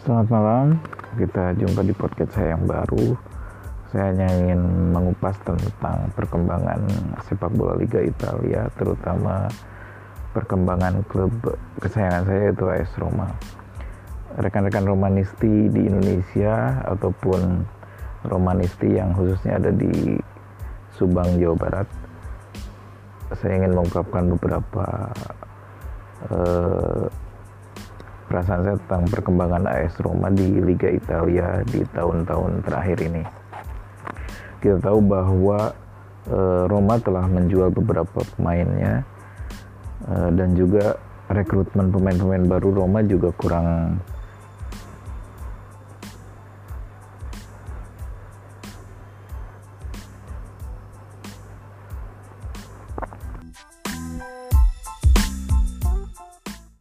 Selamat malam, kita jumpa di podcast saya yang baru. Saya hanya ingin mengupas tentang perkembangan sepak bola Liga Italia, terutama perkembangan klub kesayangan saya yaitu AS Roma. Rekan-rekan Romanisti di Indonesia ataupun Romanisti yang khususnya ada di Subang, Jawa Barat, saya ingin mengungkapkan beberapa perasaan saya tentang perkembangan AS Roma di Liga Italia di tahun-tahun terakhir ini. Kita tahu bahwa Roma telah menjual beberapa pemainnya dan juga rekrutmen pemain-pemain baru Roma juga kurang